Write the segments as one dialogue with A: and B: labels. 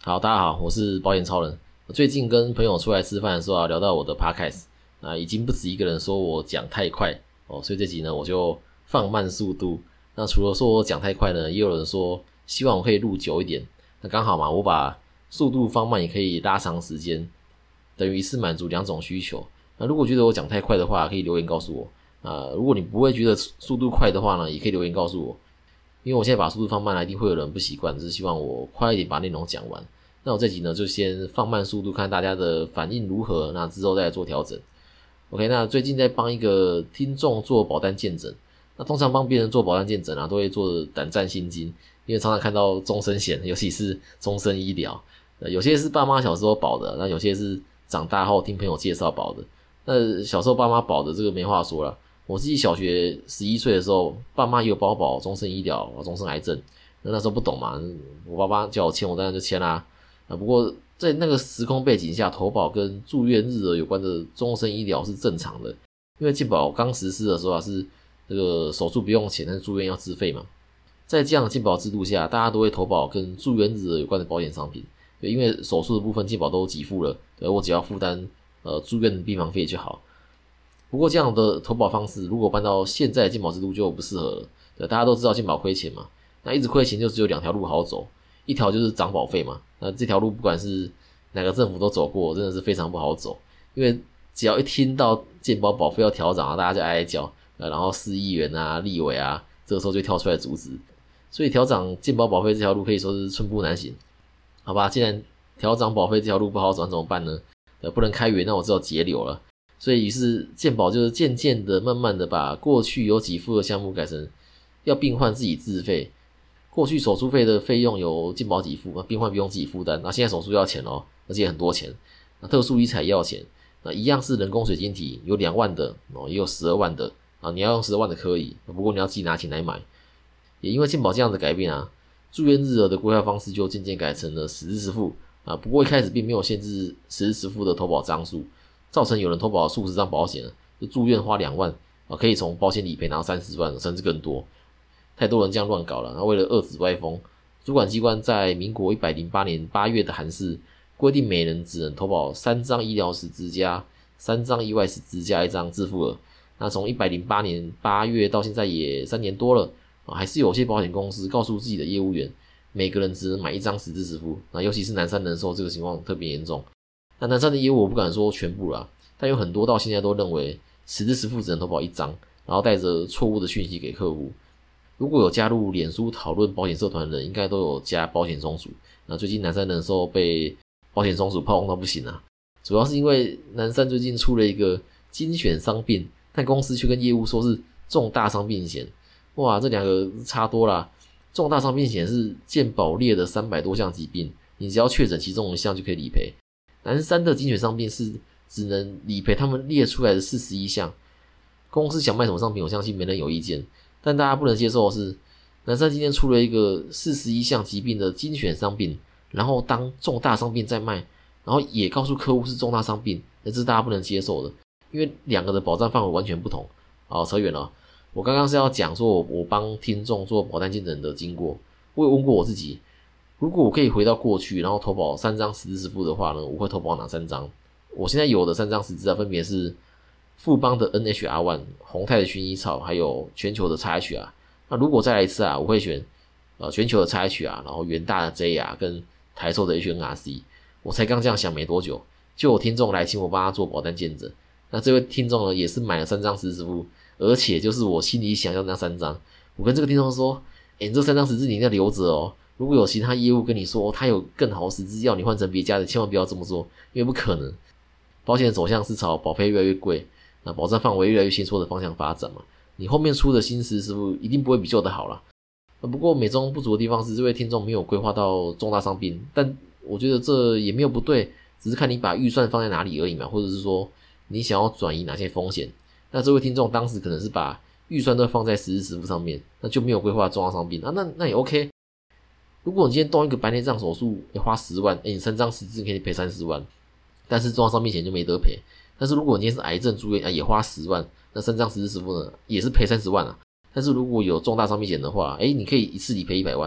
A: 好，大家好，我是保险超人。最近跟朋友出来吃饭的时候聊到我的 podcast，已经不止一个人说我讲太快所以这集呢我就放慢速度。那除了说我讲太快呢，也有人说希望我可以录久一点。那刚好嘛，我把速度放慢也可以拉长时间，等于一次满足两种需求。那如果觉得我讲太快的话，可以留言告诉我。如果你不会觉得速度快的话呢，也可以留言告诉我。因为我现在把速度放慢了，一定会有人不习惯，只是希望我快一点把内容讲完。那我这集呢就先放慢速度，看大家的反应如何，那之后再来做调整。OK， 那最近在帮一个听众做保单健诊。那通常帮别人做保单健诊都会做胆战心惊，因为常常看到终身险，尤其是终身医疗，有些是爸妈小时候保的，那有些是长大后听朋友介绍保的。那小时候爸妈保的这个没话说啦，我自己小学11岁的时候，爸妈也有帮我保终身医疗、终身癌症。那时候不懂嘛，我爸爸叫我签，我当然就签啦。不过在那个时空背景下，投保跟住院日额有关的终身医疗是正常的，因为健保刚实施的时候是这个手术不用钱，但是住院要自费嘛。在这样的健保制度下，大家都会投保跟住院日额有关的保险商品，因为手术的部分健保都给付了，我只要负担住院的病房费就好。不过这样的投保方式如果搬到现在的健保制度就不适合了，大家都知道健保亏钱嘛，那一直亏钱就只有两条路好走，一条就是涨保费嘛，那这条路不管是哪个政府都走过，真的是非常不好走，因为只要一听到健保保费要调涨大家就哀哀叫，然后市议员立委这个时候就跳出来阻止，所以调涨健保保费这条路可以说是寸步难行。好吧，既然调涨保费这条路不好走，怎么办呢？不能开源，那我只好节流了。所以于是健保就是渐渐的慢慢的把过去有给付的项目改成要病患自己自费。过去手术费的费用由健保给付，病患不用自己负担，那现在手术要钱而且很多钱，特殊医材也要钱，一样是人工水晶体，有2万的也有12万的你要用12万的可以，不过你要自己拿钱来买。也因为健保这样的改变住院日额的规划方式就渐渐改成了实支实付不过一开始并没有限制实支实付的投保张数，造成有人投保数十张保险就住院花2万可以从保险理赔拿到30万甚至更多。太多人这样乱搞了，为了遏止歪风，主管机关在民国108年8月的函释规定，每人只能投保3张医疗实支加3张意外实支加1张自付额。那从108年8月到现在也3年多了还是有些保险公司告诉自己的业务员，每个人只能买1张实支实付，尤其是南山人寿这个情况特别严重。那南山的业务我不敢说全部啦，但有很多到现在都认为实支实付只能投保1张，然后带着错误的讯息给客户。如果有加入脸书讨论保险社团的人，应该都有加保险松鼠。那最近南山人寿被保险松鼠炮轰到不行主要是因为南山最近出了一个精选伤病，但公司却跟业务说是重大伤病险。哇，这两个差多啦。重大伤病险是健保列的300多项疾病，你只要确诊其中1项就可以理赔。南山的精选伤病是只能理赔他们列出来的41项。公司想卖什么商品，我相信没人有意见。但大家不能接受的是，南山今天出了一个41项疾病的精选伤病，然后当重大伤病在卖，然后也告诉客户是重大伤病，这是大家不能接受的，因为两个的保障范围完全不同。扯远了。我刚刚是要讲说我帮听众做保单健诊的经过，我有问过我自己，如果我可以回到过去，然后投保3张实支实付的话呢，我会投保哪3张？我现在有的3张实支分别是富邦的 NHR1、 宏泰的薰衣草，还有全球的 XHR。 那如果再来一次我会选全球的 XHR， 然后元大的 JR 跟台寿的 HNRC。 我才刚这样想没多久，就有听众来请我帮他做保单健诊。那这位听众呢，也是买了3张实支实付，而且就是我心里想要那3张。我跟这个听众说，你这3张实支你一定要留着如果有其他业务跟你说他有更好的实支要你换成别家的，千万不要这么做，因为不可能。保险的走向是朝保费越来越贵，那保障范围越来越新缩的方向发展嘛，你后面出的新实支实付一定不会比旧的好啦。不过美中不足的地方是，这位听众没有规划到重大伤病，但我觉得这也没有不对，只是看你把预算放在哪里而已嘛，或者是说你想要转移哪些风险。那这位听众当时可能是把预算都放在实支实付上面，那就没有规划重大伤病那也 OK。如果你今天动一个白内障手术要花10万，你3张实支可以赔30万，但是重大伤病险就没得赔。但是如果你今天是癌症住院也花10万，那3张实支实付呢也是赔30万但是如果有重大伤病险的话，你可以一次理赔100万。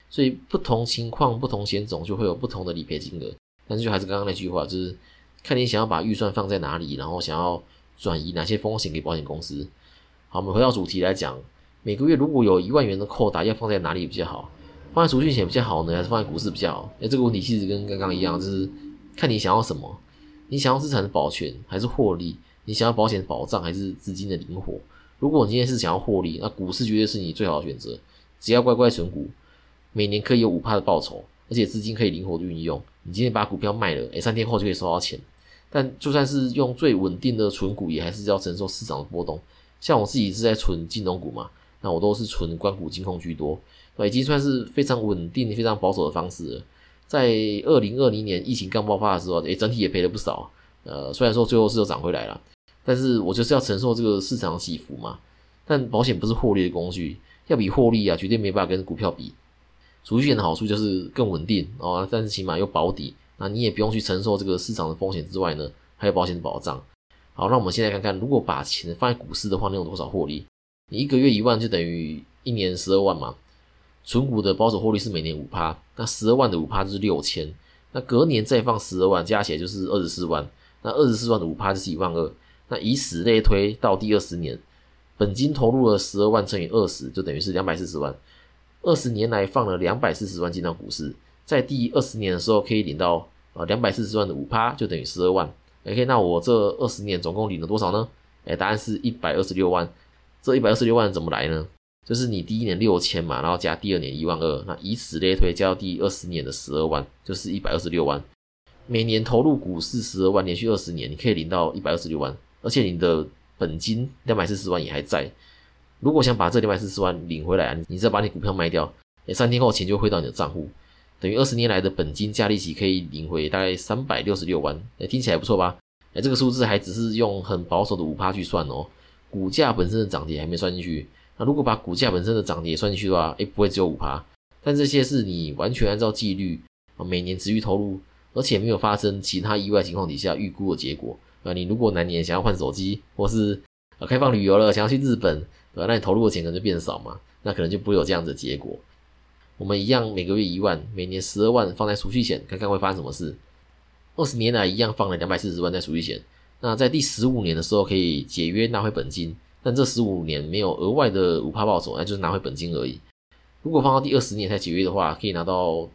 A: 所以不同情况、不同险种就会有不同的理赔金额。但是就还是刚刚那句话，就是看你想要把预算放在哪里，然后想要转移哪些风险给保险公司。好，我们回到主题来讲，每个月如果有1万元的扣打，要放在哪里比较好？放在储蓄险比较好呢，还是放在股市比较好？这个问题其实跟刚刚一样，就是看你想要什么。你想要资产的保全还是获利？你想要保险的保障还是资金的灵活？如果你今天是想要获利，那股市绝对是你最好的选择。只要乖乖存股，每年可以有 5% 的报酬，而且资金可以灵活的运用。你今天把股票卖了，3天后就可以收到钱。但就算是用最稳定的存股，也还是要承受市场的波动。像我自己是在存金融股嘛，那我都是存官股金控居多，已经算是非常稳定、非常保守的方式了。在2020年疫情刚爆发的时候，整体也赔了不少。虽然说最后是有涨回来了，但是我就是要承受这个市场的起伏嘛。但保险不是获利的工具，要比获利绝对没办法跟股票比。储蓄险的好处就是更稳定但是起码有保底，那你也不用去承受这个市场的风险之外呢，还有保险的保障。好，那我们现在看看，如果把钱放在股市的话，你有多少获利？你1个月1万就等于1年12万嘛。存股的保守获利是每年 5%， 那12万的 5% 就是6000，那隔年再放12万，加起来就是24万，那24万的 5% 就是12000，那以此类推到第20年，本金投入了12万乘以20，就等于是240万。20年来放了240万进到股市，在第20年的时候可以领到240万的 5%， 就等于12万。OK， 那我这20年总共领了多少呢？答案是126万。这126万怎么来呢？就是你第一年6000嘛，然后加第二年12000，那以此类推，加到第20年的12万，就是126万。每年投入股市12万，连续20年，你可以领到126万，而且你的本金240万也还在。如果想把这240万领回来，你只要把你股票卖掉，3天后钱就汇到你的账户，等于20年来的本金加利息可以领回大概366万。听起来不错吧？这个数字还只是用很保守的 5% 去算哦，股价本身的涨跌还没算进去。那如果把股价本身的涨跌算进去的话，不会只有 5%， 但这些是你完全按照纪律每年持续投入，而且没有发生其他意外情况底下预估的结果。你如果哪年想要换手机，或是开放旅游了，想要去日本，那你投入的钱可能就变少嘛，那可能就不会有这样的结果。我们一样每个月1万，每年12万放在储蓄险，看看会发生什么事。20年来一样放了240万在储蓄险，那在第15年的时候可以解约拿回本金，但这15年没有额外的 5% 报酬，那就是拿回本金而已。如果放到第20年才解约的话，可以拿到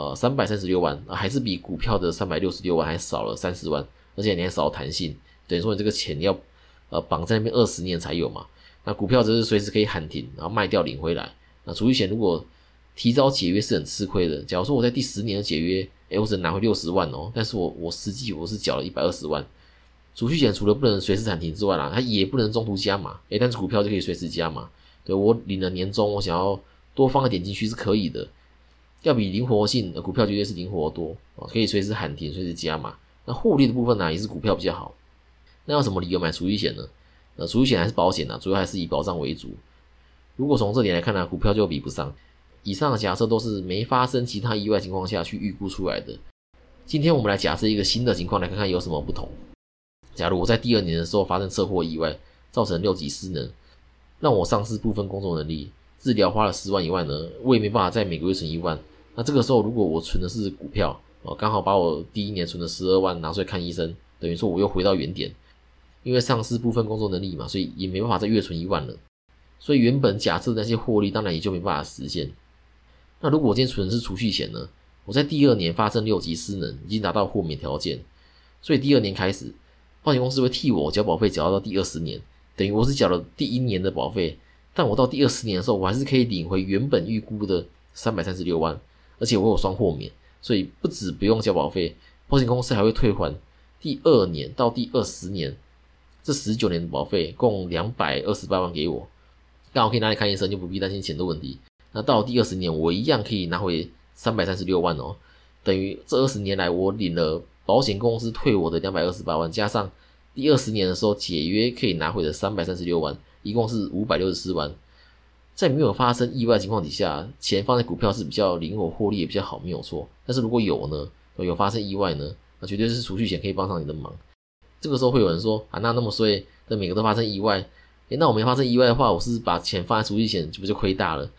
A: 336万，还是比股票的366万还少了30万，而且你还少了弹性，等于说你这个钱要绑在那边20年才有嘛。那股票则是随时可以喊停，然后卖掉领回来。那储蓄险如果提早解约是很吃亏的。假如说我在第10年的解约，我只能拿回60万但是我实际我是缴了120万。储蓄险除了不能随时喊停之外它也不能中途加码，但是股票就可以随时加码。对，我领了年终，我想要多放一点进去是可以的。要比灵活性，股票绝对是灵活多，可以随时喊停，随时加码。那获利的部分也是股票比较好。那有什么理由买储蓄险呢？储蓄险还是保险主要还是以保障为主。如果从这点来看股票就比不上。以上的假设都是没发生其他意外情况下去预估出来的。今天我们来假设一个新的情况，来看看有什么不同。假如我在第2年的时候发生车祸意外，造成6级失能，让我丧失部分工作能力，治疗花了10万以外呢，我也没办法在每个月存1万。那这个时候如果我存的是股票，刚好把我第1年存的12万拿出来看医生，等于说我又回到原点，因为丧失部分工作能力嘛，所以也没办法再月存1万了。所以原本假设的那些获利当然也就没办法实现。那如果我今天存的是储蓄险呢，我在第2年发生6级失能，已经达到豁免条件，所以第2年开始保险公司会替我缴保费缴到第20年，等于我是缴了第1年的保费，但我到第20年的时候我还是可以领回原本预估的336万，而且我有双豁免，所以不止不用缴保费，保险公司还会退还第2年到第20年这19年的保费，共228万给我，刚好可以拿来看医生，就不必担心钱的问题。那到第20年我一样可以拿回336万等于这20年来我领了保险公司退我的228万，加上第20年的时候解约可以拿回的336万，一共是564万。在没有发生意外情况底下，钱放在股票是比较灵活，获利也比较好，没有错。但是如果有呢，有发生意外呢，那绝对是储蓄险可以帮上你的忙。这个时候会有人说那么衰，每个都发生意外，那我没发生意外的话，我是把钱放在储蓄险不就亏大了？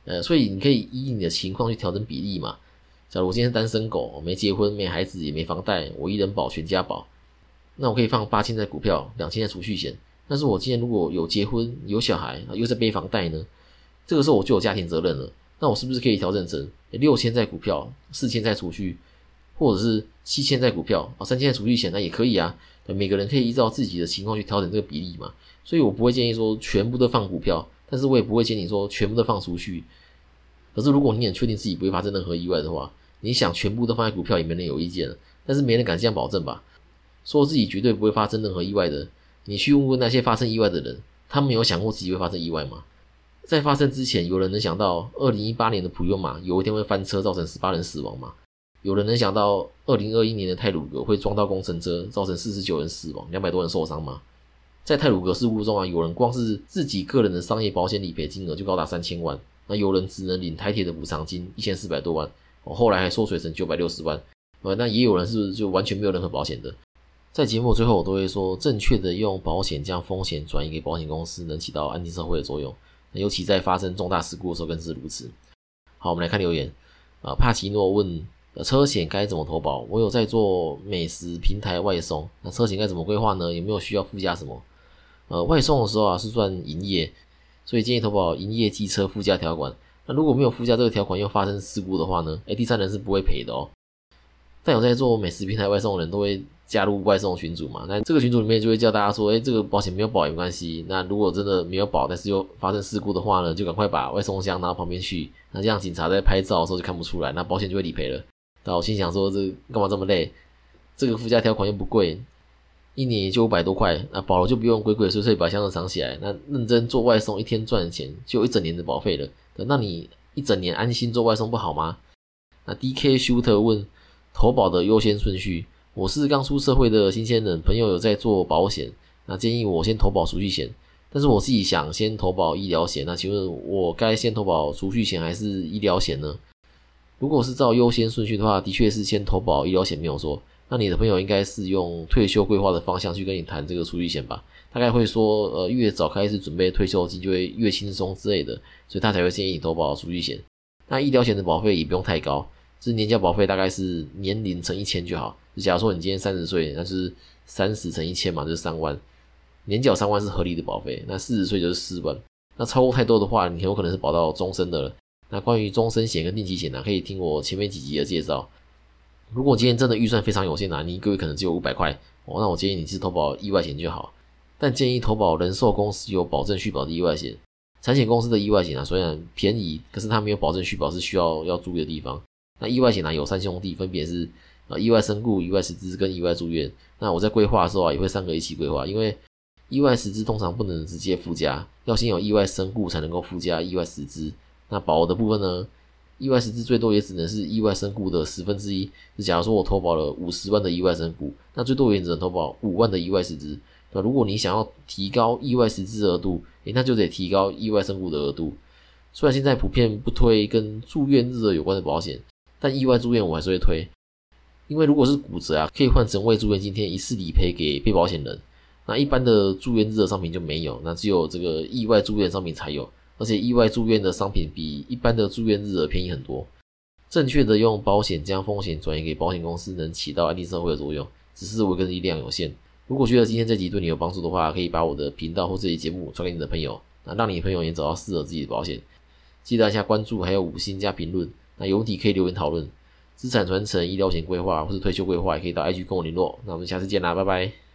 A: 所以你可以依你的情况去调整比例嘛。假如我今天是单身狗，没结婚，没孩子，也没房贷，我一人保全家保，那我可以放8000在股票，2000在储蓄险。但是我今天如果有结婚有小孩又在背房贷呢，这个时候我就有家庭责任了，那我是不是可以调整成6000在股票，4000在储蓄，或者是7000在股票，3000在储蓄险，那也可以啊。每个人可以依照自己的情况去调整这个比例嘛。所以我不会建议说全部都放股票，但是我也不会建议说全部都放储蓄。可是如果你很确定自己不会发生任何意外的话，你想全部都放在股票也没人有意见了，但是没人敢这样保证吧。说自己绝对不会发生任何意外的，你去问问那些发生意外的人，他们有想过自己会发生意外吗？在发生之前，有人能想到2018年的普悠玛有一天会翻车造成18人死亡吗？有人能想到2021年的太鲁阁会撞到工程车造成49人死亡，200多人受伤吗？在太鲁阁事故中啊，有人光是自己个人的商业保险理赔金额就高达3000万，那有人只能领台铁的补偿金1400多万，后来还缩水成960万，那也有人是就完全没有任何保险的。在节目最后我都会说，正确的用保险将风险转移给保险公司，能起到安定社会的作用，尤其在发生重大事故的时候更是如此。好，我们来看留言。帕奇诺问车险该怎么投保？我有在做美食平台外送，那车险该怎么规划呢？有没有需要附加什么？外送的时候啊是算营业，所以建议投保营业机车附加条款。那如果没有附加这个条款又发生事故的话呢，第三人是不会赔的哦。但有在做美食平台外送的人都会加入外送群组嘛，那这个群组里面就会叫大家说，这个保险没有保也没关系，那如果真的没有保但是又发生事故的话呢，就赶快把外送箱拿到旁边去，那这样警察在拍照的时候就看不出来，那保险就会理赔了。但我心想说，这干嘛这么累？这个附加条款又不贵，一年也就500多块，那保了就不用鬼鬼祟祟把箱子藏起来，那认真做外送一天赚的钱就有1整年的保费了，那你一整年安心做外送不好吗？那 DK Shooter 问投保的优先顺序，我是刚出社会的新鲜人，朋友有在做保险，那建议我先投保储蓄险，但是我自己想先投保医疗险，那请问我该先投保储蓄险还是医疗险呢？如果是照优先顺序的话，的确是先投保医疗险没有错，那你的朋友应该是用退休规划的方向去跟你谈这个储蓄险吧，大概会说越早开始准备退休金就会越轻松之类的，所以他才会建议你投保储蓄险。那医疗险的保费也不用太高，就是年缴保费大概是年龄乘1000就好，就假如说你今天30岁，那就是30乘1000嘛，就是3万，年缴3万是合理的保费，那40岁就是4万，那超过太多的话你很有可能是保到终身的了。那关于终身险跟定期险可以听我前面几集的介绍。如果今天真的预算非常有限你一个月可能只有500块那我建议你是投保意外险就好，但建议投保人寿公司有保证续保的意外险。产险公司的意外险虽然便宜，可是它没有保证续保是需要注意的地方。那意外险有3兄弟，分别是意外身故、意外实支跟意外住院。那我在规划的时候也会3个一起规划，因为意外实支通常不能直接附加，要先有意外身故才能够附加意外实支。那保的部分呢，意外实支最多也只能是意外身故的1/10，就假如说我投保了50万的意外身故，那最多也只能投保5万的意外实支。如果你想要提高意外实支额度，那就得提高意外身故的额度。虽然现在普遍不推跟住院日额有关的保险，但意外住院我还是会推，因为如果是骨折可以换成未住院津贴一次理赔给被保险人，那一般的住院日额商品就没有，那只有这个意外住院商品才有，而且意外住院的商品比一般的住院日额便宜很多。正确的用保险将风险转移给保险公司，能起到安定社会的作用，只是我个人力量有限。如果觉得今天这集对你有帮助的话，可以把我的频道或这集节目传给你的朋友，那让你的朋友也找到适合自己的保险。记得按下关注，还有5星加评论。那有问题可以留言讨论。资产传承、医疗险规划或是退休规划，也可以到 IG 跟我联络。那我们下次见啦，拜拜。